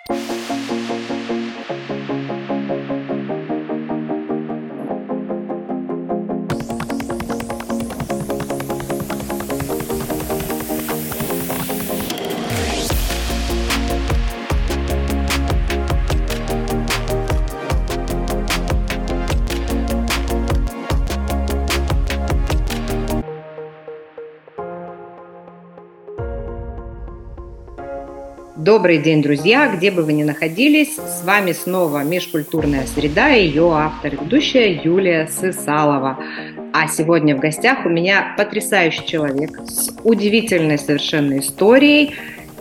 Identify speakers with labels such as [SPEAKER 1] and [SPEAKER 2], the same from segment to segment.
[SPEAKER 1] Добрый день, друзья, где бы вы ни находились, с вами снова «Межкультурная среда» и ее автор, ведущая Юлия Сысалова. А сегодня в гостях у меня потрясающий человек с удивительной совершенно историей,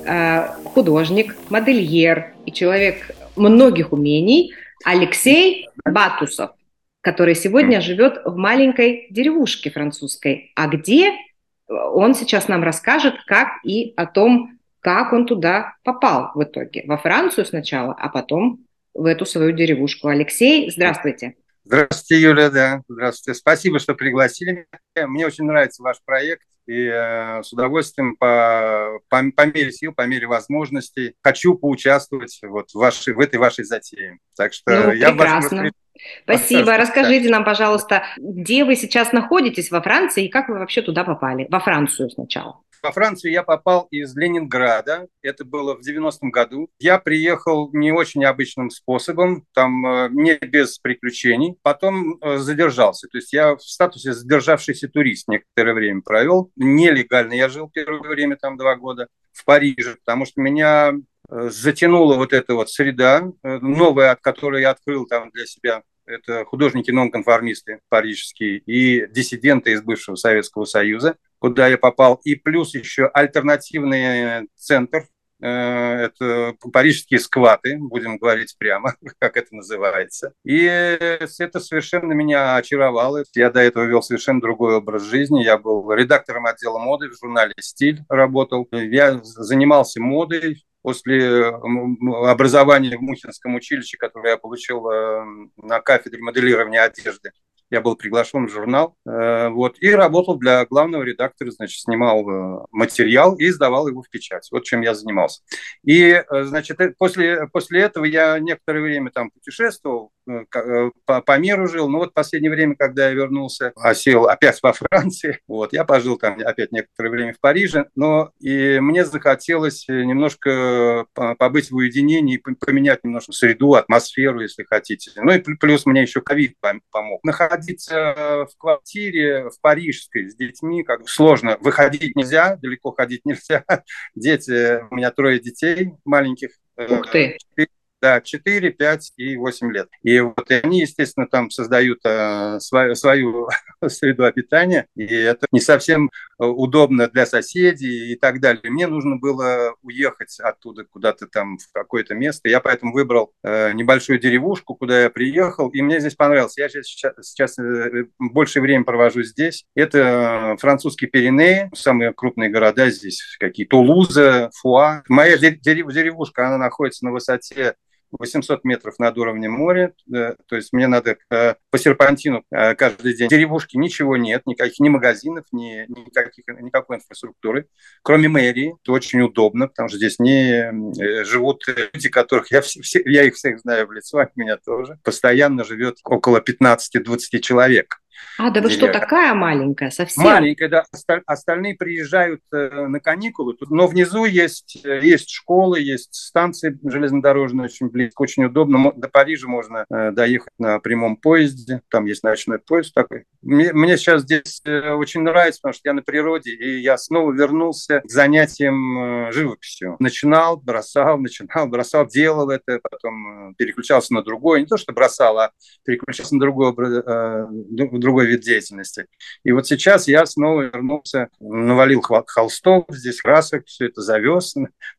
[SPEAKER 1] художник, модельер и человек многих умений Алексей Батусов, который сегодня живет в маленькой деревушке французской. А где, он сейчас нам расскажет, как и о том, как он туда попал в итоге. Во Францию сначала, а потом в эту свою деревушку. Алексей, здравствуйте.
[SPEAKER 2] Здравствуйте, Юля, да. Здравствуйте. Спасибо, что пригласили меня. Мне очень нравится ваш проект. И с удовольствием по мере сил, по мере возможностей хочу поучаствовать вот в этой вашей затее. Так что я
[SPEAKER 1] прекрасно.
[SPEAKER 2] в вашем
[SPEAKER 1] Спасибо. Расскажите нам, пожалуйста, где вы сейчас находитесь во Франции и как вы вообще туда попали? Во Францию сначала.
[SPEAKER 2] Во Францию я попал из Ленинграда, это было в 90-м году. Я приехал не очень обычным способом, там не без приключений, потом задержался. То есть я в статусе задержавшийся турист некоторое время провел. Нелегально я жил первое время, там 2 года, в Париже, потому что меня затянула вот эта вот среда, новая, от которой я открыл там для себя. Это художники-нонконформисты парижские и диссиденты из бывшего Советского Союза, куда я попал. И плюс еще альтернативный центр, это парижские скваты, будем говорить прямо, как это называется. И это совершенно меня очаровало. Я до этого вел совершенно другой образ жизни. Я был редактором отдела моды в журнале «Стиль» работал. Я занимался модой. После образования в Мухинском училище, которое я получил на кафедре моделирования одежды, я был приглашен в журнал, и работал для главного редактора, значит, снимал материал и сдавал его в печать. Вот чем я занимался. И, значит, после этого я некоторое время там путешествовал, по миру жил, но вот в последнее время, когда я вернулся, осел опять во Франции, я пожил там опять некоторое время в Париже, но и мне захотелось немножко побыть в уединении, поменять немножко среду, атмосферу, если хотите. Ну и плюс мне еще ковид помог. Находиться в квартире в парижской с детьми сложно. Выходить нельзя, далеко ходить нельзя. Дети, у меня 3 детей маленьких.
[SPEAKER 1] Ух ты!
[SPEAKER 2] Да, 4, 5 и 8 лет. И они, естественно, там создают свою среду обитания, и это не совсем удобно для соседей и так далее. Мне нужно было уехать оттуда куда-то там в какое-то место. Я поэтому выбрал небольшую деревушку, куда я приехал, и мне здесь понравилось. Я сейчас больше времени провожу здесь. Это французские Пиренеи, самые крупные города здесь, какие Тулуза, Фуа. Моя деревушка, она находится на высоте 800 метров над уровнем моря, то есть мне надо по серпантину каждый день. В деревушке ничего нет, никаких ни магазинов, никакой инфраструктуры, кроме мэрии. Это очень удобно, потому что здесь не живут люди, которых я их всех знаю в лицо, от меня тоже. Постоянно живет около 15-20 человек.
[SPEAKER 1] Да вы что, такая маленькая совсем?
[SPEAKER 2] Маленькая, да. Остальные приезжают на каникулы, но внизу есть школы, есть станции железнодорожные очень близко, очень удобно. До Парижа можно доехать на прямом поезде, там есть ночной поезд такой. Мне сейчас здесь очень нравится, потому что я на природе, и я снова вернулся к занятиям живописью. Начинал, бросал, делал это, потом переключался на другой. Не то, что бросал, а переключался на другой вид деятельности. И вот сейчас я снова вернулся, навалил холстов, здесь красок, все это завез,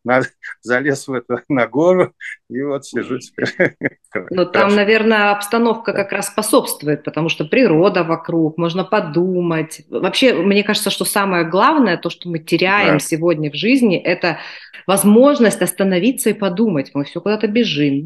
[SPEAKER 2] залез на гору, и вот сижу теперь.
[SPEAKER 1] Ну, там, наверное, обстановка как раз способствует, потому что природа вокруг, можно подумать. Вообще, мне кажется, что самое главное, то, что мы теряем сегодня в жизни, это возможность остановиться и подумать. Мы все куда-то бежим.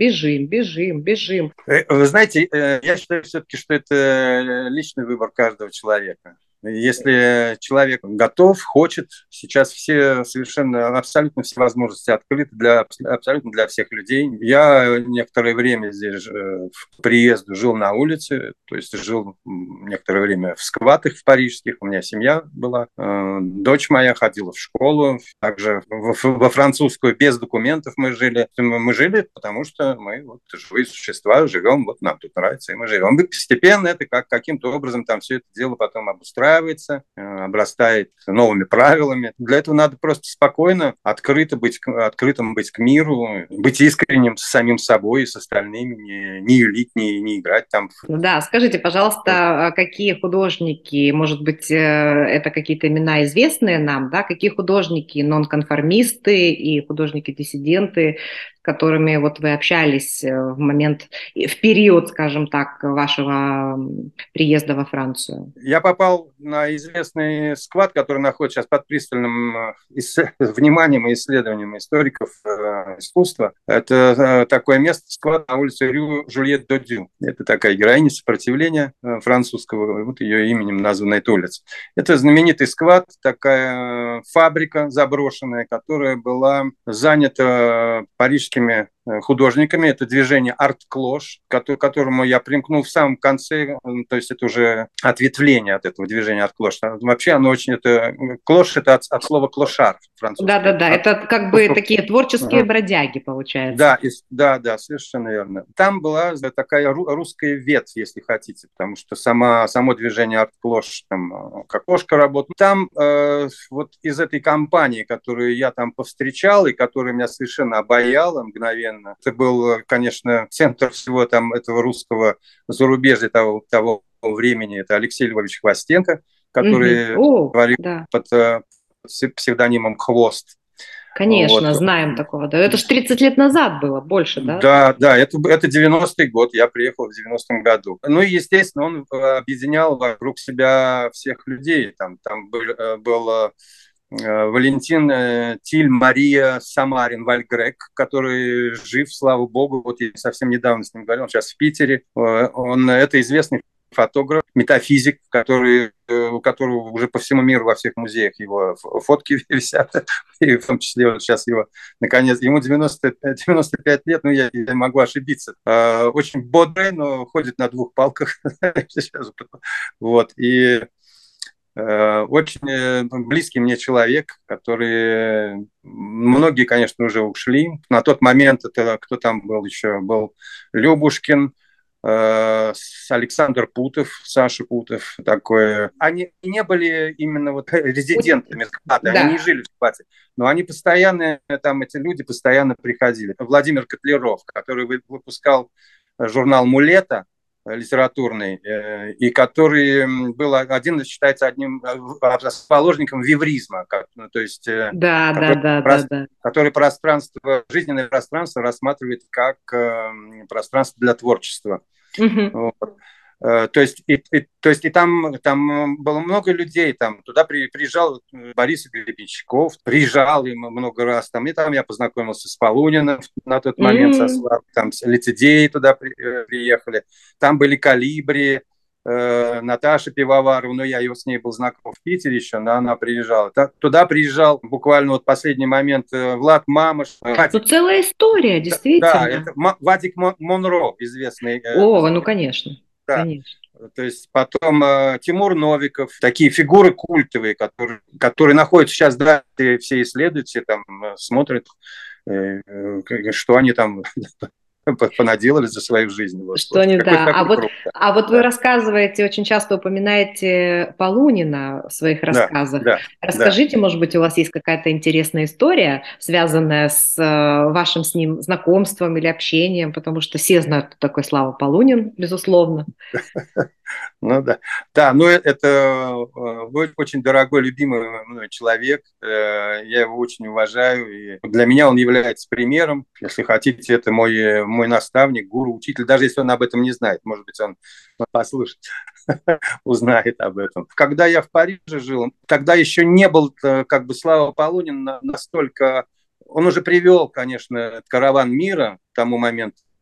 [SPEAKER 2] Вы знаете, я считаю все-таки, что это личный выбор каждого человека. Если человек готов, хочет, сейчас все совершенно, абсолютно все возможности открыты абсолютно для всех людей. Я некоторое время здесь в приезду жил на улице, то есть жил некоторое время в скватах в парижских, у меня семья была, дочь моя ходила в школу, также во французскую без документов мы жили. Мы жили, потому что мы вот живые существа, живем, вот нам тут нравится, и мы живем. И постепенно это каким-то образом там все это дело потом обустраивается, обрастает новыми правилами. Для этого надо просто спокойно, открытым быть к миру, быть искренним с самим собой и с остальными, не юлить, не играть там.
[SPEAKER 1] Да, скажите, пожалуйста, какие художники, может быть, это какие-то имена известные нам, да, какие художники, нонконформисты и художники-диссиденты, с которыми вот вы общались в период, скажем так, вашего приезда во Францию?
[SPEAKER 2] Я попал на известный сквад, который находится сейчас под пристальным вниманием и исследованием историков искусства. Это такое место, сквад на улице Рю Жюльет Додю. Это такая героиня сопротивления французского, вот ее именем названа эта улица. Это знаменитый сквад, такая фабрика заброшенная, которая была занята парижскими художниками. Это движение арт-клош, к которому я примкнул в самом конце, то есть это уже ответвление от этого движения арт-клош. Вообще оно очень... Клош – это от слова клошар французское.
[SPEAKER 1] Да-да-да, это как бы такие творческие бродяги, получается.
[SPEAKER 2] Да, совершенно верно. Там была такая русская ветвь, если хотите, потому что само движение арт-клош, там, как кошка работает. Там вот из этой компании, которую я там повстречал и которая меня совершенно обаяла мгновенно, это был, конечно, центр всего там этого русского зарубежья того времени, это Алексей Львович Хвостенко, который творил под псевдонимом «Хвост».
[SPEAKER 1] Конечно, вот. Знаем такого. Да. Это же 30 лет назад было, больше, да?
[SPEAKER 2] Да, это 90-й год, я приехал в 90-м году. Ну и, естественно, он объединял вокруг себя всех людей. Там был Валентин Тиль, Мария Самарин, Вальгрек, который жив, слава богу. Вот я совсем недавно с ним говорил, он сейчас в Питере. Это известный фотограф, метафизик, у которого уже по всему миру во всех музеях его фотки висят, и в том числе вот сейчас его, наконец, ему 95 лет, ну я могу ошибиться, очень бодрый, но ходит на двух палках, вот, и очень близкий мне человек, который... Многие, конечно, уже ушли. На тот момент это кто там был еще? Был Любушкин, Александр Путов, Саша Путов, такой. Они не были именно вот резидентами сквада, они не жили в скваде, но они постоянно, там эти люди постоянно приходили. Владимир Котляров, который выпускал журнал «Мулета», литературный, и который был считается одним основоположником вивризма, то есть который жизненное пространство рассматривает как пространство для творчества. Вот. То есть и там было много людей, там туда приезжал Борис Гребенщиков, приезжал им много раз, и там я познакомился с Полуниным на тот момент, со Славой, там лицедеи туда приехали, там были Колибри, Наташа Пивоварова, но я с ней был знаком в Питере еще, но она приезжала. Туда приезжал буквально вот в последний момент Влад Мамыш.
[SPEAKER 1] Тут целая история, действительно.
[SPEAKER 2] Да, это Вадик Монро, известный.
[SPEAKER 1] Ну конечно.
[SPEAKER 2] Да.
[SPEAKER 1] Конечно.
[SPEAKER 2] То есть потом Тимур Новиков, такие фигуры культовые, которые находятся сейчас, да, все исследуют, все там смотрят, что они там понаделали за свою жизнь.
[SPEAKER 1] Что они, да. А вот вы рассказываете, очень часто упоминаете Полунина в своих рассказах. Расскажите, может быть, у вас есть какая-то интересная история, связанная с вашим с ним знакомством или общением, потому что все знают, кто такой Слава Полунин, безусловно.
[SPEAKER 2] Ну да. Да, ну это очень дорогой, любимый мной человек. Я его очень уважаю. И для меня он является примером. Если хотите, это мой наставник, гуру, учитель. Даже если он об этом не знает, может быть, он послушает, узнает об этом. Когда я в Париже жил, тогда еще не был как бы Слава Полунин настолько... Он уже привел, конечно, караван мира к тому моменту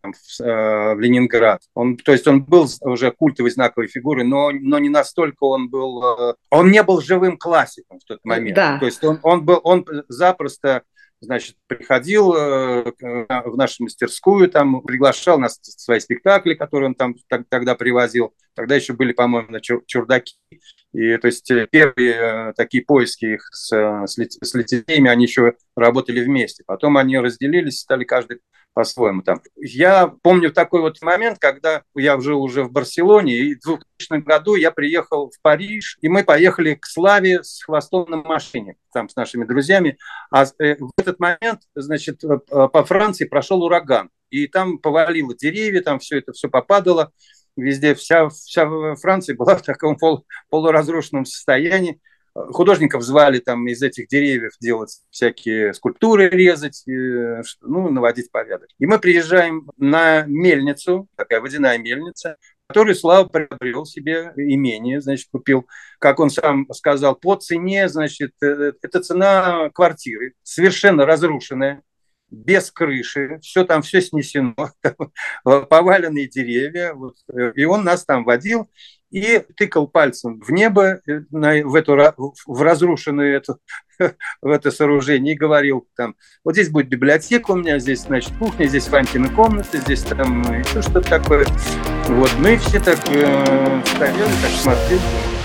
[SPEAKER 2] в Ленинград. То есть он был уже культовой знаковой фигурой, но не настолько он был... Он не был живым классиком в тот момент.
[SPEAKER 1] Да.
[SPEAKER 2] То есть он запросто, значит, приходил в нашу мастерскую, там приглашал нас в свои спектакли, которые он там тогда привозил. Тогда еще были, по-моему, на чердаки. И то есть первые такие поиски их с лицедеями, они еще работали вместе. Потом они разделились, стали каждый по-своему там. Я помню такой вот момент, когда я жил уже в Барселоне, и в 2000 году я приехал в Париж, и мы поехали к Славе с Хвостом на машине, там с нашими друзьями. А в этот момент, значит, по Франции прошел ураган, и там повалило деревья, там все это все попадало, везде вся Франция была в таком полуразрушенном состоянии. Художников звали там из этих деревьев делать всякие скульптуры, резать, ну, наводить порядок. И мы приезжаем на мельницу, такая водяная мельница, которую Слава приобрел себе имение, значит, купил, как он сам сказал, по цене, значит, это цена квартиры, совершенно разрушенная, без крыши, все там, все снесено, поваленные деревья. Вот. И он нас там водил и тыкал пальцем в небо, в разрушенное в это сооружение, и говорил там, вот здесь будет библиотека у меня, здесь, значит, кухня, здесь Ванькина комната, здесь там еще что-то такое. Вот, мы все так стояли, так смотрели.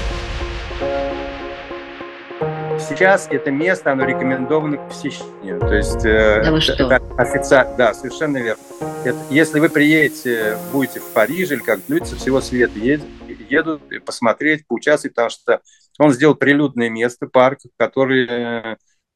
[SPEAKER 2] Сейчас это место, оно рекомендовано к посещению. То есть это официально, да, совершенно верно. Если вы приедете, будете в Париже, или как люди со всего света едут посмотреть, поучаствовать, потому что он сделал прилюдное место, парк, который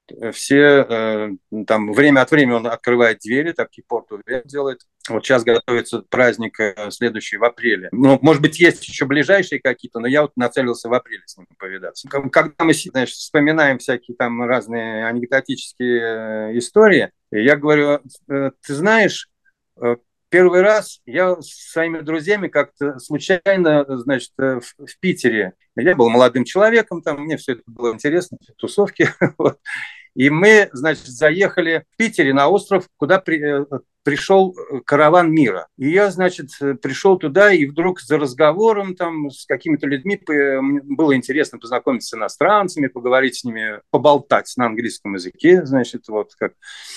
[SPEAKER 2] все там время от времени он открывает двери, такие порту делает. Вот сейчас готовится праздник следующий в апреле. Ну, может быть, есть еще ближайшие какие-то, но я вот нацелился в апреле с ним повидаться. Когда мы, значит, вспоминаем всякие там разные анекдотические истории, я говорю, ты знаешь, первый раз я с своими друзьями как-то случайно, значит, в Питере. Я был молодым человеком, там мне все это было интересно, тусовки. Вот. И мы, значит, заехали в Питере на остров, куда пришел караван мира. И я, значит, пришел туда, и вдруг за разговором там с какими-то людьми было интересно познакомиться с иностранцами, поговорить с ними, поболтать на английском языке, значит, вот как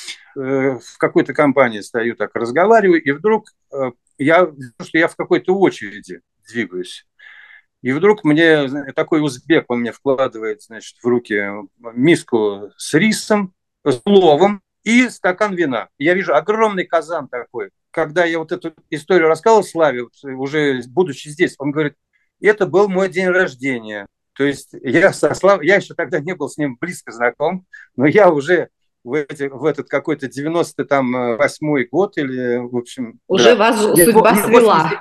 [SPEAKER 2] в какой-то компании стою, так разговариваю, и вдруг я в какой-то очереди двигаюсь. И вдруг мне такой узбек, он мне вкладывает, значит, в руки миску с рисом, с пловом и стакан вина. Я вижу огромный казан такой. Когда я вот эту историю рассказал Славе, уже будучи здесь, он говорит, это был мой день рождения. То есть я еще тогда не был с ним близко знаком, но я уже в этот какой-то 98-й год или, в общем...
[SPEAKER 1] Уже да. Вас судьба свела.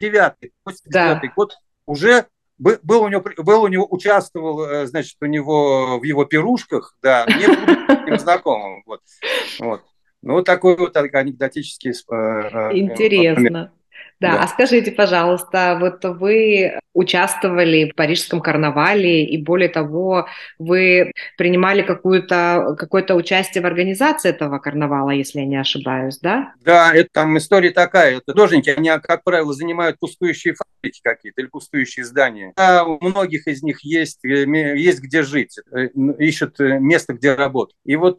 [SPEAKER 2] 89-й год уже... Был у него, участвовал, значит, у него в его пирушках, да, не был знакомым. Вот. Ну, вот такой вот анекдотический...
[SPEAKER 1] Интересно. Да, а скажите, пожалуйста, вот вы участвовали в Парижском карнавале, и более того, вы принимали какое-то участие в организации этого карнавала, если я не ошибаюсь, да?
[SPEAKER 2] Да, это там история такая. Это художники, они, как правило, занимают пустующие фабрики какие-то или пустующие здания. А у многих из них есть где жить, ищут место, где работать. И вот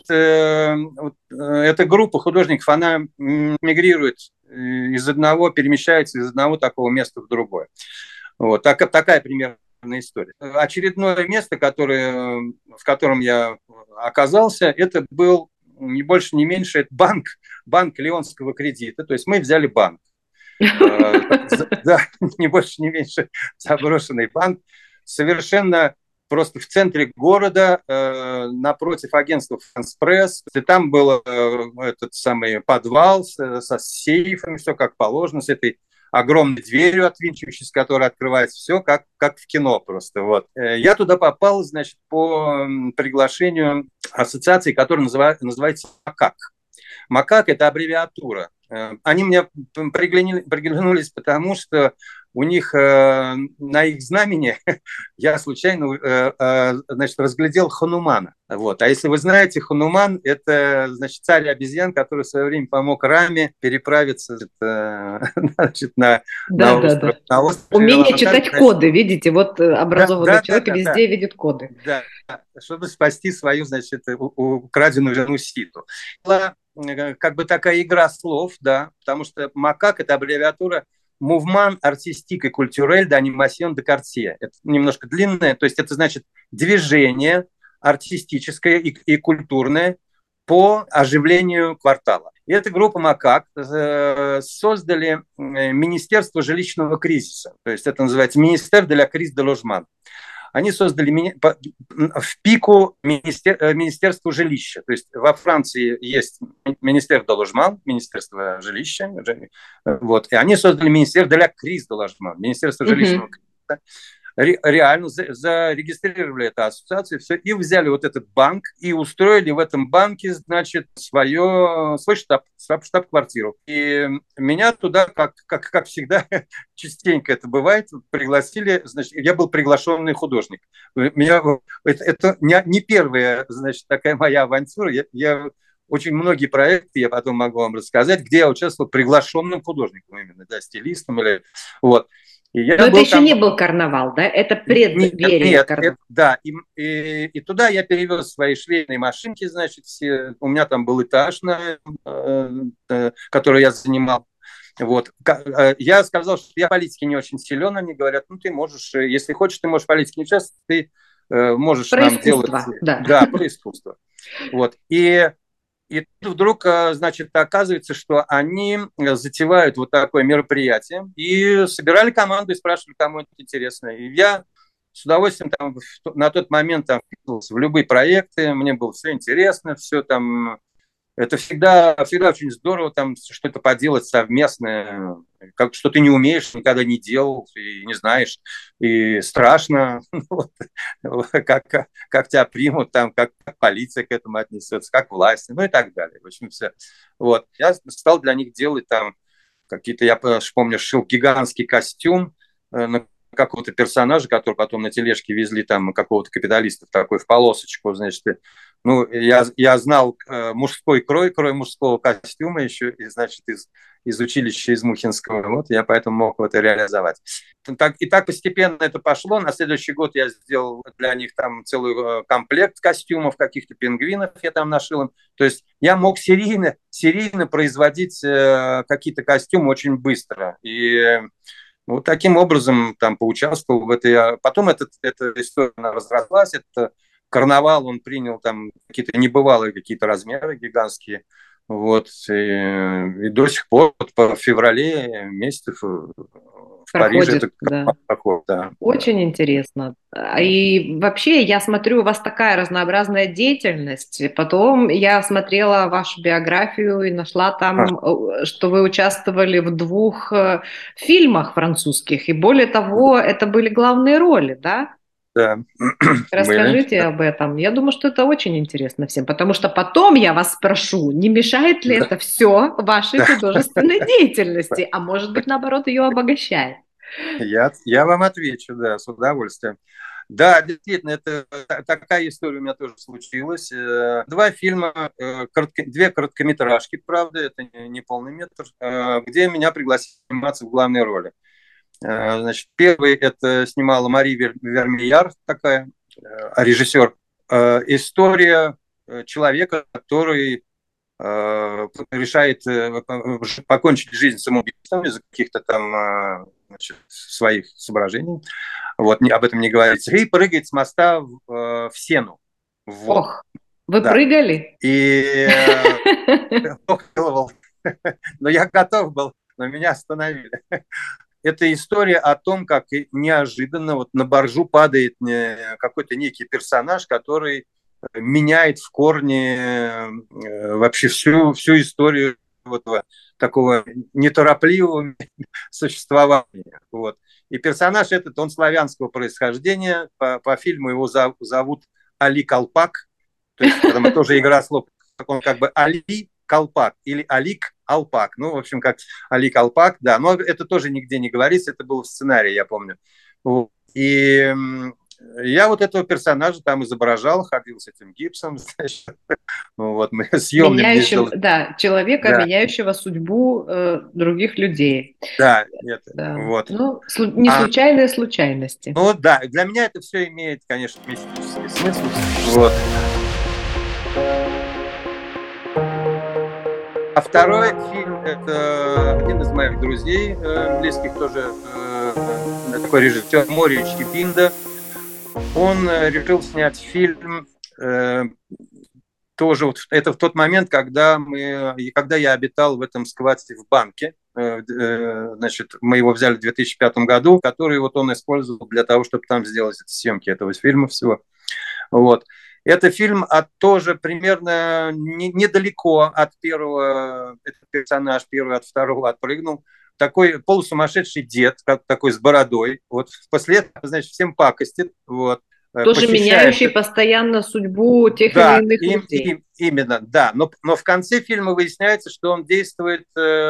[SPEAKER 2] эта группа художников, она мигрирует перемещается из одного такого места в другое. Вот такая примерно история. Очередное место, в котором я оказался, это был не больше, не меньше банк Леонского кредита. То есть мы взяли банк. Да, не больше, не меньше заброшенный банк. Совершенно просто в центре города, напротив агентства «Франспресс». И там был этот самый подвал со сейфами, все как положено, с этой огромной дверью отвинчивающейся, которая открывается, все как в кино просто. Вот. Я туда попал, значит, по приглашению ассоциации, которая называется «МАКАК». МАКАК – это аббревиатура. Они мне приглянулись, потому что у них на их знамени я случайно значит, разглядел Ханумана. Вот. А если вы знаете, Хануман – это, значит, царь обезьян, который в свое время помог Раме переправиться значит,
[SPEAKER 1] Да, да, да.
[SPEAKER 2] на остров
[SPEAKER 1] Умение
[SPEAKER 2] Шри-Ланкар.
[SPEAKER 1] читать коды, видите, вот
[SPEAKER 2] Да,
[SPEAKER 1] образованный
[SPEAKER 2] да, да,
[SPEAKER 1] человек
[SPEAKER 2] да, да,
[SPEAKER 1] везде видит коды.
[SPEAKER 2] да, чтобы спасти свою, значит, украденную жену Ситу. Была как бы такая игра слов, да, потому что МАКАК – это аббревиатура Mouvement Artistique et Culturel d'Animation de Quartier. Это немножко длинное, то есть это значит движение артистическое и культурное по оживлению квартала. И эта группа МАКАК создали Министерство жилищного кризиса. То есть это называется Министère de la crise de logement. Они создали в пику Министерство жилища. То есть во Франции есть Министерство de logement, Министерство жилища, вот, и они создали Министерство de la crise de logement, Министерство жилищного кризиса. Реально зарегистрировали эту ассоциацию, все, и взяли вот этот банк и устроили в этом банке, значит, свой штаб-квартиру. И меня туда, как всегда, частенько это бывает, пригласили, значит, я был приглашенный художник. Это не первая, значит, такая моя авантюра. Я очень многие проекты, я потом могу вам рассказать, где я участвовал приглашенным художником именно, да, стилистом или вот.
[SPEAKER 1] Но это еще не был карнавал, да? Это преддверие карнавала.
[SPEAKER 2] Да, и туда я перевез свои швейные машинки, значит, все. У меня там был этаж, который я занимал. Вот. Я сказал, что я в политике не очень силен, они говорят, ну ты можешь, если хочешь, ты можешь в политике не участвовать, ты можешь
[SPEAKER 1] про
[SPEAKER 2] нам
[SPEAKER 1] искусство,
[SPEAKER 2] делать...
[SPEAKER 1] да.
[SPEAKER 2] Да, про искусство. Вот. И тут вдруг, значит, оказывается, что они затевают вот такое мероприятие и собирали команду и спрашивали, кому это интересно. И я с удовольствием там, на тот момент там, вписывался в любые проекты, мне было все интересно, все там. Это всегда очень здорово там что-то поделать совместное, что ты не умеешь, никогда не делал и не знаешь, и страшно, как тебя примут, там, как полиция к этому отнесется, как власти, ну и так далее. В общем, все. Вот. Я стал для них делать там какие-то, я помню, шил гигантский костюм на какого-то персонажа, который потом на тележке везли там какого-то капиталиста такой в полосочку, значит, ну, я знал мужской крой мужского костюма еще, и, значит, из училища из Мухинского, вот, я поэтому мог это реализовать. И так постепенно это пошло. На следующий год я сделал для них там целый комплект костюмов, каких-то пингвинов я там нашил им. То есть я мог серийно производить какие-то костюмы очень быстро. И вот таким образом там поучаствовал в этой... Потом эта история разрослась, это карнавал, он принял там какие-то небывалые какие-то размеры гигантские. Вот. И до сих пор вот, по феврале месяце в Париже
[SPEAKER 1] Проходит,
[SPEAKER 2] это
[SPEAKER 1] да.
[SPEAKER 2] проходит. Да,
[SPEAKER 1] Очень интересно. И вообще, я смотрю, у вас такая разнообразная деятельность. Потом я смотрела вашу биографию и нашла там, что вы участвовали в 2 фильмах французских. И более того, это были главные роли, да?
[SPEAKER 2] Да. Были.
[SPEAKER 1] Расскажите об этом. Я думаю, что это очень интересно всем, потому что потом я вас спрошу, не мешает ли
[SPEAKER 2] Да.
[SPEAKER 1] это все вашей художественной деятельности, а может быть, наоборот, ее обогащает.
[SPEAKER 2] Я вам отвечу, да, с удовольствием. Да, действительно, это такая история у меня тоже случилась. 2 фильма, 2 короткометражки, правда, это не полный метр, где меня пригласили сниматься в главной роли. Значит, первый это снимала Мари Вермияр, такая режиссер. История человека, который решает покончить жизнь самоубийством из-за каких-то там значит, своих соображений. Вот, об этом не говорится. И прыгает с моста в Сену. Вот.
[SPEAKER 1] Ох, вы
[SPEAKER 2] Да.
[SPEAKER 1] прыгали?
[SPEAKER 2] И но я готов был, но меня остановили. Это история о том, как неожиданно вот на баржу падает какой-то некий персонаж, который меняет в корне вообще всю историю вот такого неторопливого существования. Вот. И персонаж этот, он славянского происхождения. По фильму его зовут Али Колпак. То есть, потому тоже игра слов. Он как бы Али Колпак или Алик Алпак. Ну, в общем, как Алик Алпак, да. Но это тоже нигде не говорится, это было в сценарии, я помню. И я вот этого персонажа там изображал, ходил с этим гипсом, значит. Вот, мы съемным
[SPEAKER 1] Меняющим,
[SPEAKER 2] ездил.
[SPEAKER 1] да, человека,
[SPEAKER 2] Да,
[SPEAKER 1] меняющего судьбу других людей.
[SPEAKER 2] да, это,
[SPEAKER 1] Да.
[SPEAKER 2] вот.
[SPEAKER 1] Ну, не
[SPEAKER 2] А,
[SPEAKER 1] случайные случайности.
[SPEAKER 2] ну да, для меня это все имеет, конечно, мистический смысл. Вот. А второй фильм – это один из моих друзей, близких тоже, такой режиссер Мориич Ипинда. Он решил снять фильм тоже вот это в тот момент, когда я обитал в этом скваде в банке. Значит, мы его взяли в 2005 году, который вот он использовал для того, чтобы там сделать съемки этого фильма всего. Вот. Это фильм тоже примерно недалеко от первого, этот персонаж первый от второго отпрыгнул. Такой полусумасшедший дед, такой с бородой. Вот после этого, значит, всем пакостит. Вот,
[SPEAKER 1] Тоже
[SPEAKER 2] похищает.
[SPEAKER 1] меняющий постоянно судьбу тех или
[SPEAKER 2] Да,
[SPEAKER 1] иных людей.
[SPEAKER 2] именно, да. Но в конце фильма выясняется, что он действует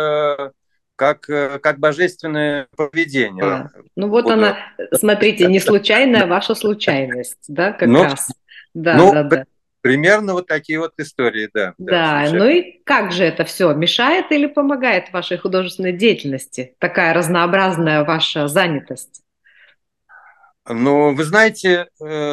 [SPEAKER 2] как божественное поведение.
[SPEAKER 1] А, ну вот
[SPEAKER 2] Буду.
[SPEAKER 1] она, смотрите, не случайная ваша случайность, да, как
[SPEAKER 2] Ну,
[SPEAKER 1] раз. Да,
[SPEAKER 2] ну,
[SPEAKER 1] да, да.
[SPEAKER 2] примерно вот такие вот истории, да, да,
[SPEAKER 1] Да,
[SPEAKER 2] случайно.
[SPEAKER 1] ну и как же это все? Мешает или помогает вашей художественной деятельности? Такая разнообразная ваша занятость?
[SPEAKER 2] Ну, вы знаете,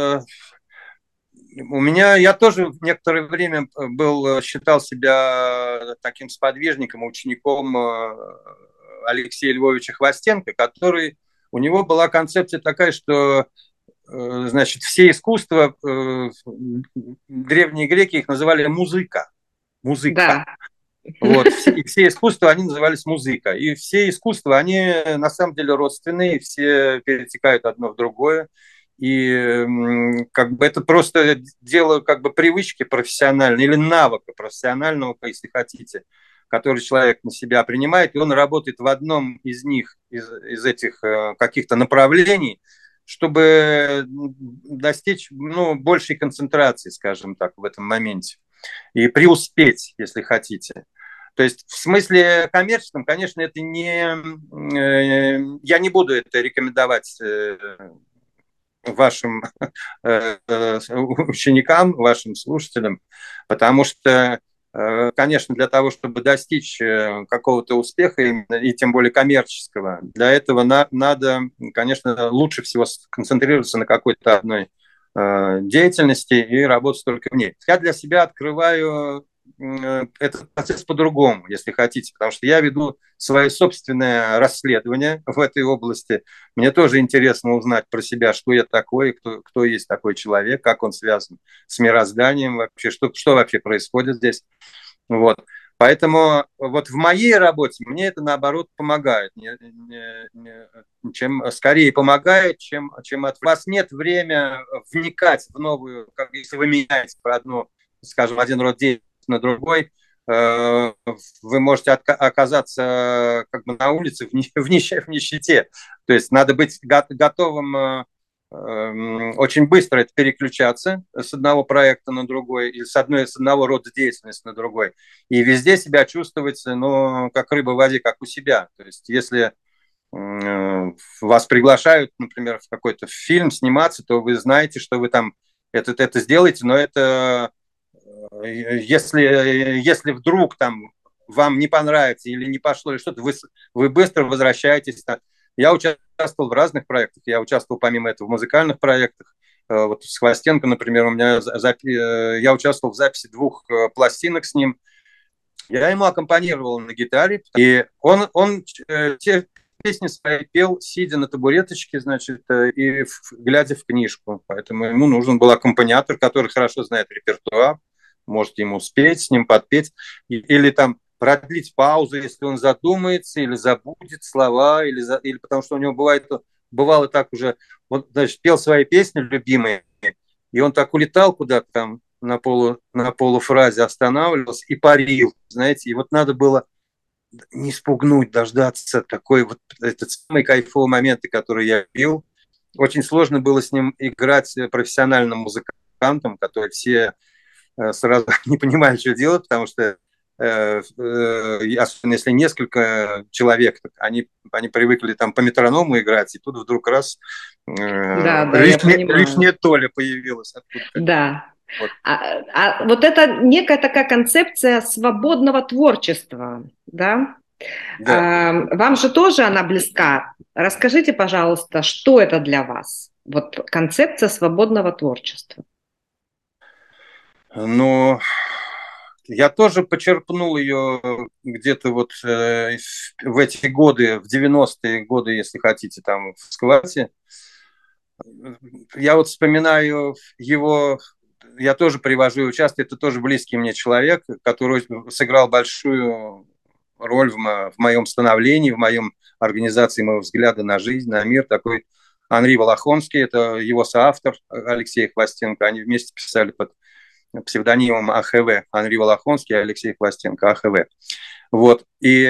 [SPEAKER 2] я тоже некоторое время считал себя таким сподвижником, учеником Алексея Львовича Хвостенко, у него была концепция такая, что значит, все искусства, древние греки их называли музыка. Музыка.
[SPEAKER 1] Да,
[SPEAKER 2] Вот, все искусства, они назывались музыка. И все искусства, они на самом деле родственные, все перетекают одно в другое. И как бы это просто дело как бы привычки профессиональной или навыка профессионального, если хотите, который человек на себя принимает, и он работает в одном из них, из этих каких-то направлений, чтобы достичь большей концентрации, скажем так, в этом моменте. И преуспеть, если хотите. То есть в смысле коммерческом, конечно, это не... Я не буду это рекомендовать вашим ученикам, вашим слушателям, потому что, конечно, для того, чтобы достичь какого-то успеха, и тем более коммерческого, для этого надо, конечно, лучше всего сконцентрироваться на какой-то одной деятельности и работать только в ней. Я для себя открываю этот процесс по-другому, если хотите, потому что я веду свое собственное расследование в этой области. Мне тоже интересно узнать про себя, что я такой, кто есть такой человек, как он связан с мирозданием вообще, что вообще происходит здесь. Вот. Поэтому вот в моей работе мне это, наоборот, помогает. Чем скорее помогает, чем от вас нет времени вникать в новую, как если вы меняете про одну, скажем, один род деятельности на другой, вы можете оказаться как бы на улице в нищете. То есть надо быть готовым очень быстро это переключаться с одного проекта на другой или с одного рода деятельности на другой. И везде себя чувствовать, ну, как рыба в воде, как у себя. То есть если вас приглашают, например, в какой-то фильм сниматься, то вы знаете, что вы там это сделаете, но это если вдруг там вам не понравится или не пошло или что-то, вы быстро возвращаетесь. Я участвовал в разных проектах. Я участвовал помимо этого в музыкальных проектах. Вот с Хвостенко, например, я участвовал в записи 2 пластинок с ним. Я ему аккомпанировал на гитаре, и он те песни свои пел, сидя на табуреточке, значит, и глядя в книжку. Поэтому ему нужен был аккомпаниатор, который хорошо знает репертуар, может ему спеть, с ним подпеть, или там продлить паузу, если он задумается, или забудет слова, или потому что у него бывало так уже, он, значит, пел свои песни любимые, и он так улетал куда-то там на полуфразе, останавливался и парил, знаете, и вот надо было не спугнуть, дождаться такой вот этот самый кайфовый момент, который я пил. Очень сложно было с ним играть профессиональным музыкантом, которые все сразу не понимали, что делать, потому что особенно если несколько человек, они привыкли там по метроному играть, и тут вдруг раз
[SPEAKER 1] Да, да, я понимаю.
[SPEAKER 2] лишняя толя появилась откуда-то.
[SPEAKER 1] Да.
[SPEAKER 2] Вот.
[SPEAKER 1] Вот это некая такая концепция свободного творчества, да?
[SPEAKER 2] Да.
[SPEAKER 1] Вам же тоже она близка. Расскажите, пожалуйста, что это для вас? Вот концепция свободного творчества.
[SPEAKER 2] Но я тоже почерпнул ее где-то вот в эти годы, в 90-е годы, если хотите, там в Сквате. Я вот вспоминаю его, я тоже привожу его часто, это тоже близкий мне человек, который сыграл большую роль в моем становлении, в моем организации моего взгляда на жизнь, на мир, такой Анри Волохонский, это его соавтор Алексей Хвостенко, они вместе писали под псевдонимом АХВ, Анри Волохонский и Алексей Хвостенко, АХВ. Вот, и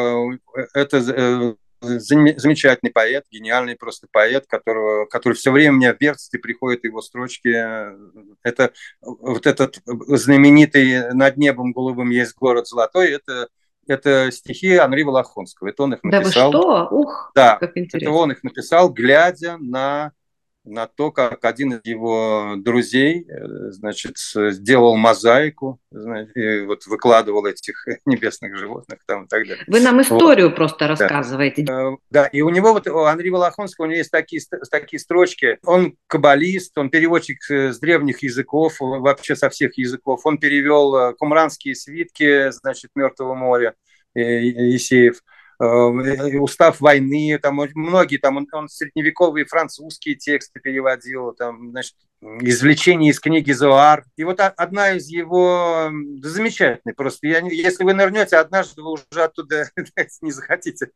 [SPEAKER 2] это замечательный поэт, гениальный просто поэт, который все время мне в детстве приходят его строчки. Это вот этот знаменитый «Над небом голубым есть город золотой», это стихи Анри Волохонского. Это он их
[SPEAKER 1] Да вы
[SPEAKER 2] написал.
[SPEAKER 1] что? Ух,
[SPEAKER 2] Да,
[SPEAKER 1] как
[SPEAKER 2] это
[SPEAKER 1] интересно.
[SPEAKER 2] он их написал, глядя на то, как один из его друзей, значит, сделал мозаику, значит, и вот выкладывал этих небесных животных там и так далее.
[SPEAKER 1] Вы нам
[SPEAKER 2] Вот,
[SPEAKER 1] историю просто
[SPEAKER 2] да.
[SPEAKER 1] рассказываете.
[SPEAKER 2] Да, и у него, вот у Андрея Волохонского, у него есть такие строчки. Он каббалист, он переводчик с древних языков, вообще со всех языков. Он перевел кумранские свитки, значит, Мертвого моря, Есеев. Устав войны, там многие, там он средневековые французские тексты переводил, там, значит, извлечение из книги Зоар. И вот одна из его, да, замечательной просто, если вы нырнете однажды, вы уже оттуда не захотите.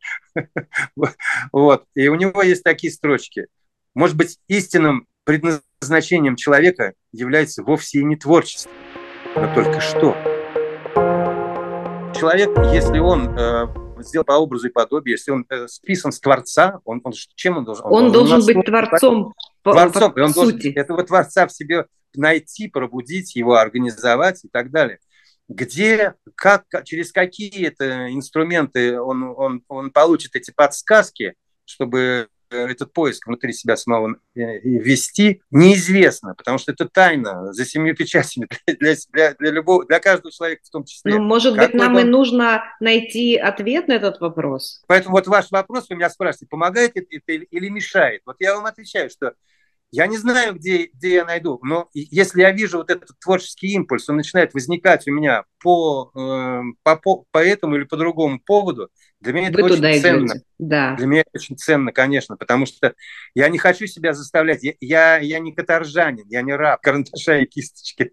[SPEAKER 2] Вот. И у него есть такие строчки. Может быть, истинным предназначением человека является вовсе и не творчество, но только что. Человек, если он сделал по образу и подобию, если он списан с Творца, чем он должен? Он
[SPEAKER 1] Он
[SPEAKER 2] должен
[SPEAKER 1] должен быть
[SPEAKER 2] заниматься
[SPEAKER 1] творцом
[SPEAKER 2] Творцом, и
[SPEAKER 1] по
[SPEAKER 2] он должен
[SPEAKER 1] сути.
[SPEAKER 2] этого Творца в себе найти, пробудить его, организовать и так далее. Где, как, через какие это инструменты он получит эти подсказки, чтобы этот поиск внутри себя самого вести, неизвестно, потому что это тайна за семью печатями для каждого человека в том
[SPEAKER 1] Ну,
[SPEAKER 2] числе.
[SPEAKER 1] может быть,
[SPEAKER 2] Какой
[SPEAKER 1] нам и
[SPEAKER 2] он.
[SPEAKER 1] нужно найти ответ на этот вопрос.
[SPEAKER 2] Поэтому вот ваш вопрос, вы меня спрашиваете, помогает это или мешает? Вот я вам отвечаю, что я не знаю, где я найду, но если я вижу вот этот творческий импульс, он начинает возникать у меня по этому или по другому поводу, для меня это
[SPEAKER 1] Вы
[SPEAKER 2] очень
[SPEAKER 1] туда
[SPEAKER 2] ценно.
[SPEAKER 1] идете. Да.
[SPEAKER 2] Для меня это очень ценно, конечно, потому что я не хочу себя заставлять. Я не каторжанин, я не раб карандаша и кисточки.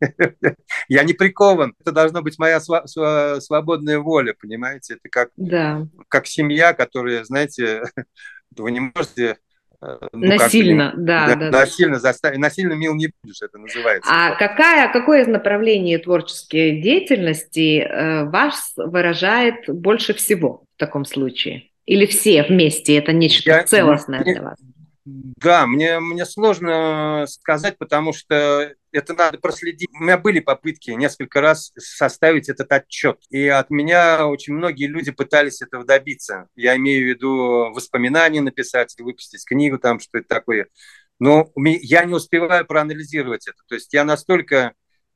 [SPEAKER 2] Я не прикован. Это должна быть моя свободная воля, понимаете? Это
[SPEAKER 1] Да.
[SPEAKER 2] как семья, которая, знаете, вы не можете, ну, как бы,
[SPEAKER 1] Насильно. Да,
[SPEAKER 2] да,
[SPEAKER 1] да, да.
[SPEAKER 2] насильно заставить, насильно мил не будешь, это называется.
[SPEAKER 1] А
[SPEAKER 2] Вот.
[SPEAKER 1] какое из направлений творческой деятельности вас выражает больше всего в таком случае? Или все вместе? Это нечто
[SPEAKER 2] Я,
[SPEAKER 1] целостное для вас?
[SPEAKER 2] да, мне сложно сказать, потому что это надо проследить. У меня были попытки несколько раз составить этот отчет, и от меня очень многие люди пытались этого добиться. Я имею в виду воспоминания написать, выпустить книгу, там, что это такое. Но я не успеваю проанализировать это. То есть я настолько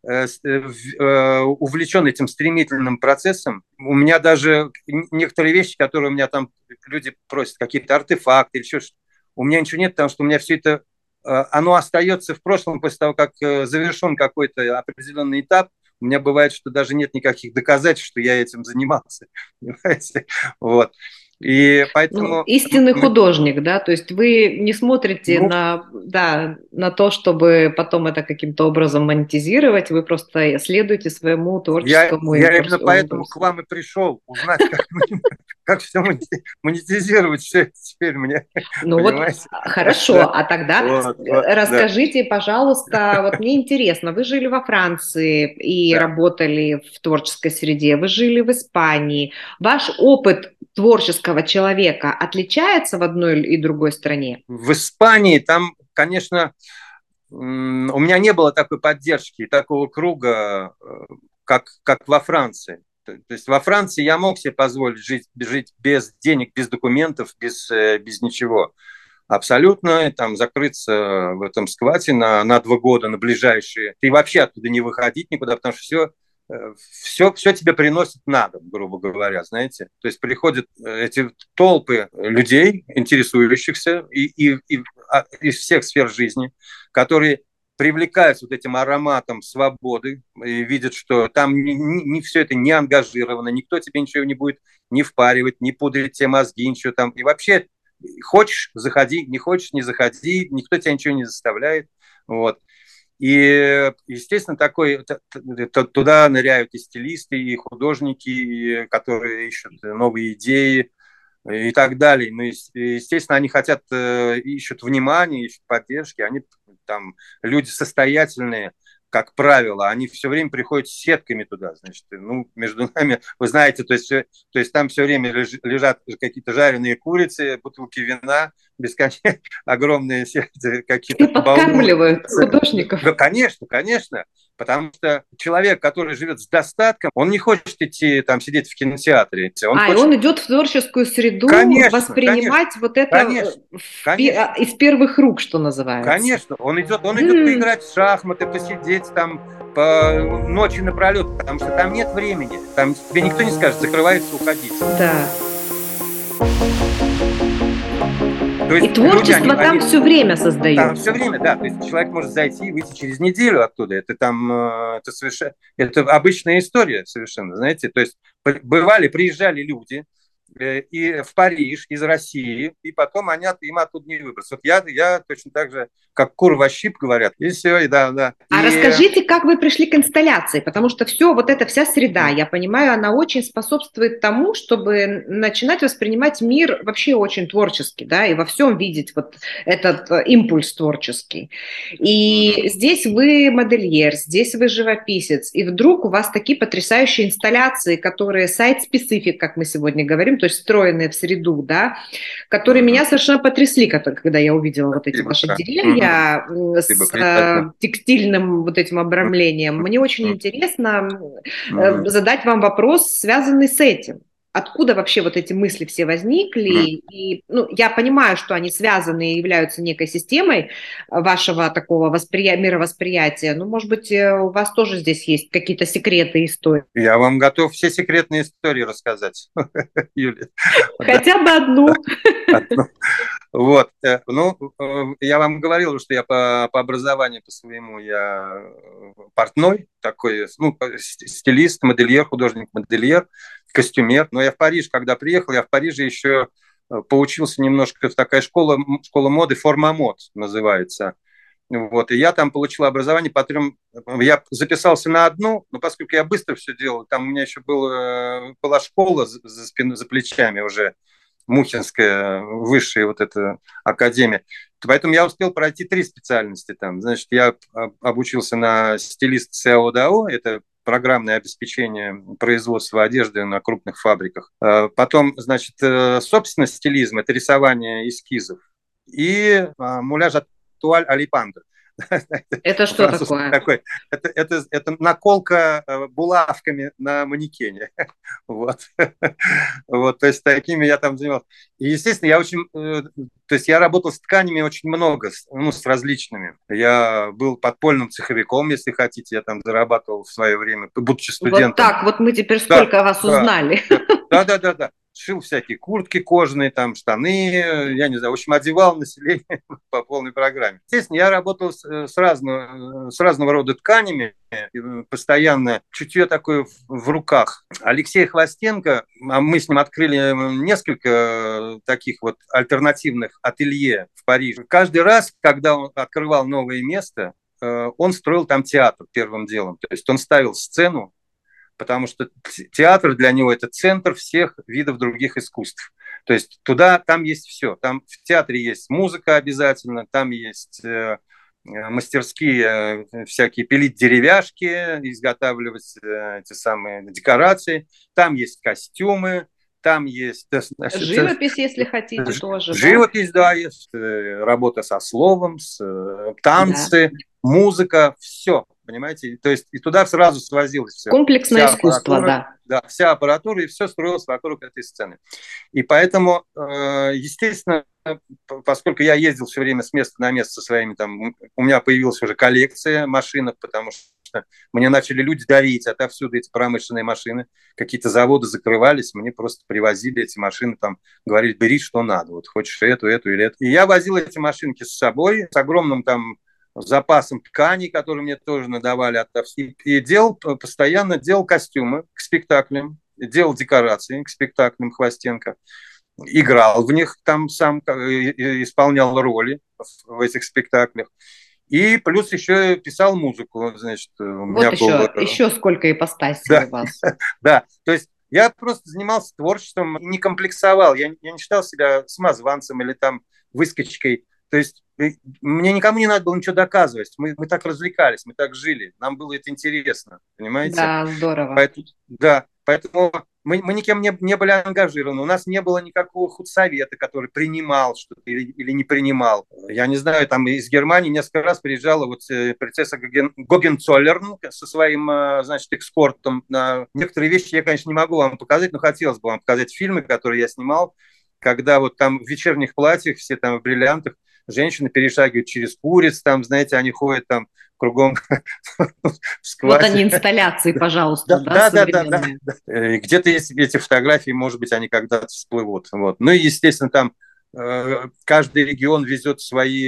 [SPEAKER 2] увлечен этим стремительным процессом. У меня даже некоторые вещи, которые у меня там люди просят, какие-то артефакты или еще что-то, у меня ничего нет, потому что у меня все это, оно остается в прошлом после того, как завершен какой-то определенный этап. У меня бывает, что даже нет никаких доказательств, что я этим занимался. Понимаете? Вот. И
[SPEAKER 1] Ну,
[SPEAKER 2] поэтому,
[SPEAKER 1] истинный художник, да, то есть вы не смотрите
[SPEAKER 2] ну,
[SPEAKER 1] на, да, на то, чтобы потом это каким-то образом монетизировать, вы просто следуете своему творческому
[SPEAKER 2] я именно поэтому к
[SPEAKER 1] импульсу.
[SPEAKER 2] вам и пришел, узнать, как все монетизировать все это теперь мне,
[SPEAKER 1] Ну вот,
[SPEAKER 2] понимаете? Да,
[SPEAKER 1] хорошо, а тогда
[SPEAKER 2] да.
[SPEAKER 1] расскажите, пожалуйста, вот мне интересно, вы жили во Франции и
[SPEAKER 2] Да.
[SPEAKER 1] работали в творческой среде, вы жили в Испании. Ваш опыт творческого человека отличается в одной и другой стране?
[SPEAKER 2] В Испании там, конечно, у меня не было такой поддержки, такого круга, как во Франции. То есть во Франции я мог себе позволить жить без денег, без документов, без ничего. Абсолютно, там, закрыться в этом сквате на 2 года, на ближайшие. И вообще оттуда не выходить никуда, потому что все тебе приносит на дом, грубо говоря, знаете. То есть приходят эти толпы людей, интересующихся из всех сфер жизни, которые привлекаются вот этим ароматом свободы и видят, что там не все это не ангажировано, никто тебе ничего не будет не впаривать, не пудрить тебе мозги, ничего там. И вообще хочешь – заходи, не хочешь – не заходи, никто тебя ничего не заставляет. Вот. И, естественно, туда ныряют и стилисты, и художники, которые ищут новые идеи и так далее. Ну, естественно, они ищут внимания, ищут поддержки. Они там люди состоятельные, как правило, они все время приходят с сетками туда, значит, ну, между нами, вы знаете, то есть там все время лежат какие-то жареные курицы, бутылки вина, бесконечно огромные какие-то
[SPEAKER 1] И подкармливают художников.
[SPEAKER 2] Да, конечно, конечно. Потому что человек, который живет с достатком, он не хочет идти там сидеть в кинотеатре.
[SPEAKER 1] Он идет в творческую среду,
[SPEAKER 2] конечно,
[SPEAKER 1] воспринимать
[SPEAKER 2] конечно,
[SPEAKER 1] вот это
[SPEAKER 2] конечно.
[SPEAKER 1] из первых рук, что называется.
[SPEAKER 2] Конечно, он идет поиграть в шахматы, посидеть там по ночи напролет, потому что там нет времени. Там тебе никто не скажет, закрывается, уходить.
[SPEAKER 1] Да.
[SPEAKER 2] То есть
[SPEAKER 1] и творчество там все время создается.
[SPEAKER 2] Там все время, да. То есть человек может зайти и выйти через неделю оттуда. Это обычная история совершенно, знаете. То есть приезжали люди и в Париж из России, и потом им оттуда не выбраться. Вот я точно так же, как кур во щип, говорят, и все, и да.
[SPEAKER 1] Расскажите, как вы пришли к инсталляции, потому что вся среда, я понимаю, она очень способствует тому, чтобы начинать воспринимать мир вообще очень творчески, да, и во всем видеть вот этот импульс творческий. И здесь вы модельер, здесь вы живописец, и вдруг у вас такие потрясающие инсталляции, которые сайт-специфик, как мы сегодня говорим, то есть встроенные в среду, да, которые меня совершенно потрясли, когда я увидела вот эти ваши деревья с текстильным вот этим обрамлением. Мне очень интересно задать вам вопрос, связанный с этим. Откуда вообще вот эти мысли все возникли? И, я понимаю, что они связаны и являются некой системой вашего такого мировосприятия. Но, может быть, у вас тоже здесь есть какие-то секреты истории?
[SPEAKER 2] Я вам готов все секретные истории рассказать, Юлия.
[SPEAKER 1] Хотя бы одну.
[SPEAKER 2] Вот. Я вам говорил, что я по образованию по своему я портной, такой, стилист, модельер, художник-модельер, костюмер. Но я в Париж, когда приехал, я в Париже еще поучился немножко в такая школа моды, форма мод называется. Вот, и я там получил образование по 3. Я записался на одну, но поскольку я быстро все делал, там у меня еще была школа за плечами уже, Мухинская, высшая вот эта академия. Поэтому я успел пройти 3 специальности там. Значит, я обучился на стилист СЭО-ДАО, это программное обеспечение производства одежды на крупных фабриках. Потом, значит, собственно, стилизм, это рисование эскизов. И муляж туаль алипандр.
[SPEAKER 1] Это что такое?
[SPEAKER 2] Это наколка булавками на манекене. Вот. То есть такими я там занимался. И, естественно, я работал с тканями очень много, с различными. Я был подпольным цеховиком, если хотите. Я там зарабатывал в свое время, будучи студентом.
[SPEAKER 1] Вот так, вот мы теперь столько о вас узнали.
[SPEAKER 2] Да. Шил всякие куртки кожаные, там штаны, я не знаю, в общем, одевал население по полной программе. Естественно, я работал с разного рода тканями, постоянно чутье такое в руках. Алексей Хвостенко, мы с ним открыли несколько таких вот альтернативных ателье в Париже. Каждый раз, когда он открывал новое место, он строил там театр первым делом. То есть он ставил сцену, потому что театр для него – это центр всех видов других искусств. То есть там есть все. Там в театре есть музыка обязательно, там есть мастерские всякие, пилить деревяшки, изготавливать эти самые декорации, там есть костюмы, там есть…
[SPEAKER 1] Живопись, если хотите, тоже.
[SPEAKER 2] Живопись, да, есть работа со словом, танцы, музыка, все. понимаете? То есть и туда сразу свозилось все.
[SPEAKER 1] Комплексное
[SPEAKER 2] Вся
[SPEAKER 1] искусство,
[SPEAKER 2] аппаратура,
[SPEAKER 1] да.
[SPEAKER 2] да, вся аппаратура, и все строилось вокруг этой сцены. И поэтому, естественно, поскольку я ездил все время с места на место со своими, там, у меня появилась уже коллекция машинок, потому что мне начали люди дарить отовсюду эти промышленные машины. Какие-то заводы закрывались, мне просто привозили эти машины, там, говорили, бери, что надо, вот хочешь эту или эту. И я возил эти машинки с собой, с огромным там запасом тканей, которые мне тоже надавали отовсюду. И постоянно делал костюмы к спектаклям, делал декорации к спектаклям Хвостенко, играл в них там сам, исполнял роли в этих спектаклях. И плюс еще писал музыку, значит, у
[SPEAKER 1] Вот
[SPEAKER 2] меня был...
[SPEAKER 1] еще сколько ипостасей у
[SPEAKER 2] Да,
[SPEAKER 1] вас.
[SPEAKER 2] да, то есть я просто занимался творчеством, не комплексовал, я не считал себя самозванцем или там выскочкой. То есть мне никому не надо было ничего доказывать. Мы так развлекались, мы так жили, нам было это интересно, понимаете?
[SPEAKER 1] Да, здорово.
[SPEAKER 2] Поэтому, да, поэтому мы никем не были ангажированы, у нас не было никакого худсовета, который принимал что-то или не принимал. Я не знаю, там из Германии несколько раз приезжала вот принцесса Гогенцоллерн со своим, значит, экспортом. Некоторые вещи я, конечно, не могу вам показать, но хотелось бы вам показать фильмы, которые я снимал, когда вот там в вечерних платьях, все там в бриллиантах, женщины перешагивают через куриц, там, знаете, они ходят там кругом в
[SPEAKER 1] Вот они,
[SPEAKER 2] сквазе.
[SPEAKER 1] инсталляции, пожалуйста, да,
[SPEAKER 2] Да.
[SPEAKER 1] современные.
[SPEAKER 2] Где-то есть эти фотографии, может быть, они когда-то всплывут. Вот. Ну и, естественно, там каждый регион везет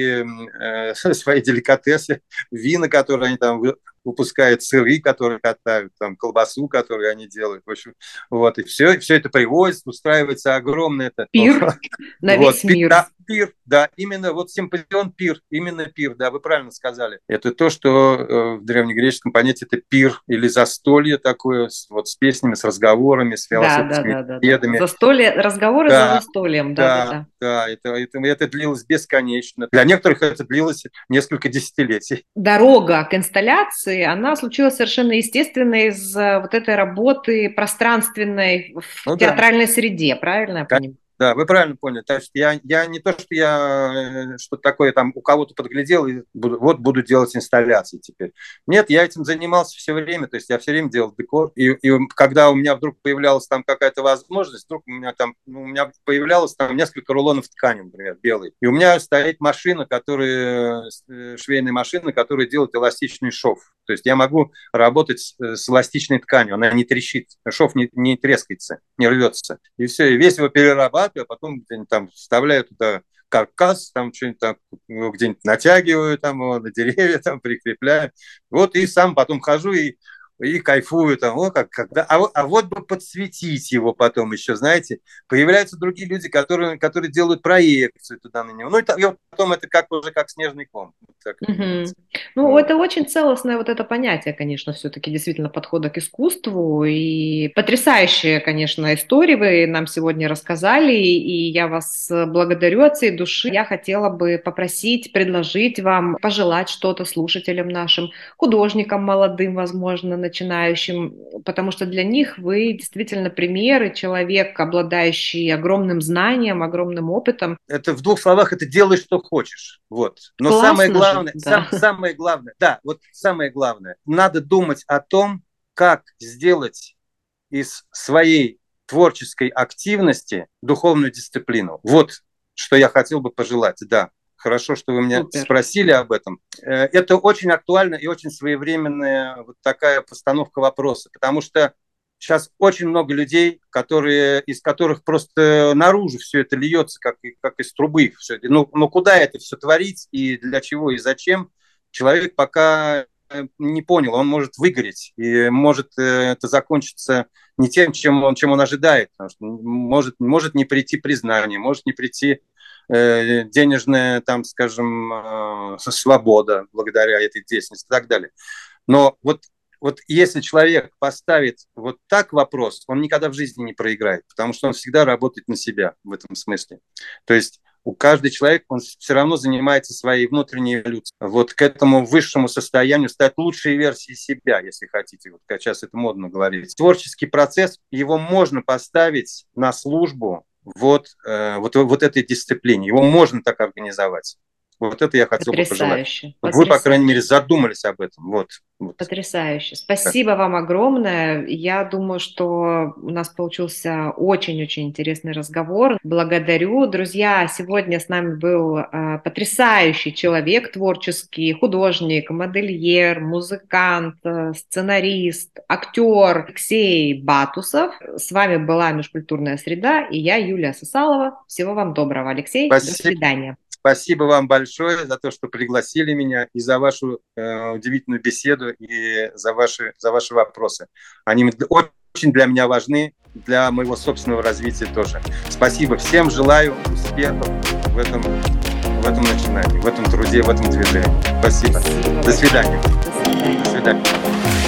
[SPEAKER 2] свои деликатесы, вина, которые они там выпускают, сыры, которые катают, там, колбасу, которую они делают. В общем, вот, и все это привозится, устраивается огромное это,
[SPEAKER 1] Пир на
[SPEAKER 2] вот,
[SPEAKER 1] весь мир.
[SPEAKER 2] пир, да, именно вот симпозион пир, именно пир, да, вы правильно сказали. Это то, что в древнегреческом понятии это пир или застолье такое, вот с песнями, с разговорами, с философскими
[SPEAKER 1] Да.
[SPEAKER 2] беседами.
[SPEAKER 1] Застолье, разговоры за
[SPEAKER 2] Да,
[SPEAKER 1] застольем, да.
[SPEAKER 2] это длилось бесконечно. Для некоторых это длилось несколько десятилетий.
[SPEAKER 1] Дорога к инсталляции, она случилась совершенно естественно из вот этой работы пространственной в
[SPEAKER 2] Ну да.
[SPEAKER 1] театральной среде, правильно я понимаю?
[SPEAKER 2] Да, вы правильно поняли. То есть я не то, что я что-то такое там у кого-то подглядел и буду делать инсталляции теперь. Нет, я этим занимался все время, то есть я все время делал декор. И когда у меня вдруг появлялась там какая-то возможность, вдруг у меня появлялось там несколько рулонов ткани, например, белой. И у меня стоит швейная машина, которая делает эластичный шов. То есть я могу работать с эластичной тканью, она не трещит, шов не трескается, не рвется. И все, и весь его перерабатываю, а потом где-нибудь там вставляю туда каркас, там что-нибудь там где-нибудь натягиваю, там его на деревья там прикрепляю. Вот и сам потом хожу и кайфую там, когда, а вот бы подсветить его потом еще, знаете, появляются другие люди, которые делают проекцию туда на него, ну и потом это уже как снежный ком, так это
[SPEAKER 1] Мгм.
[SPEAKER 2] делается.
[SPEAKER 1] Ну,
[SPEAKER 2] Вот.
[SPEAKER 1] это очень целостное вот это понятие, конечно, все-таки действительно подхода к искусству. И потрясающие, конечно, истории вы нам сегодня рассказали, и я вас благодарю от всей души. Я хотела бы попросить, предложить вам, пожелать что-то слушателям нашим, художникам молодым, возможно, начинающим, потому что для них вы действительно пример и человек, обладающий огромным знанием, огромным опытом.
[SPEAKER 2] Это в двух словах, это делай, что хочешь. Вот. Но
[SPEAKER 1] Классно же, да.
[SPEAKER 2] самое главное, да, вот самое главное, надо думать о том, как сделать из своей творческой активности духовную дисциплину. Вот что я хотел бы пожелать, да. Хорошо, что вы меня
[SPEAKER 1] Супер.
[SPEAKER 2] спросили об этом. Это очень актуально и очень своевременная вот такая постановка вопроса, потому что сейчас очень много людей, из которых просто наружу все это льется, как из трубы. Все это. Но куда это все творить и для чего и зачем, человек пока не понял. Он может выгореть, и может это закончиться не тем, чем он ожидает. Потому что может не прийти признание, может не прийти денежная, там, скажем, свобода благодаря этой деятельности и так далее. Но вот если человек поставит вот так вопрос, он никогда в жизни не проиграет, потому что он всегда работает на себя в этом смысле. То есть у каждого человека, он все равно занимается своей внутренней эволюцией. Вот к этому высшему состоянию стать лучшей версией себя, если хотите, вот как сейчас это модно говорить. Творческий процесс, его можно поставить на службу вот этой дисциплине. Его можно так организовать. Вот это я хотел бы пожелать.
[SPEAKER 1] Потрясающе.
[SPEAKER 2] Вы, по крайней мере, задумались об этом. Вот.
[SPEAKER 1] Потрясающе. Спасибо вам огромное. Я думаю, что у нас получился очень-очень интересный разговор. Благодарю. Друзья, сегодня с нами был потрясающий человек, творческий художник, модельер, музыкант, сценарист, актер Алексей Батусов. С вами была «Межкультурная среда» и я, Юлия Сысалова. Всего вам доброго, Алексей.
[SPEAKER 2] Спасибо.
[SPEAKER 1] До свидания.
[SPEAKER 2] Спасибо вам большое за то, что пригласили меня, и за вашу удивительную беседу, и за ваши вопросы. Они очень для меня важны, для моего собственного развития тоже. Спасибо всем, желаю успехов в этом начинании, в этом труде, в этом движении. Спасибо. До свидания.
[SPEAKER 1] До свидания.
[SPEAKER 2] До свидания.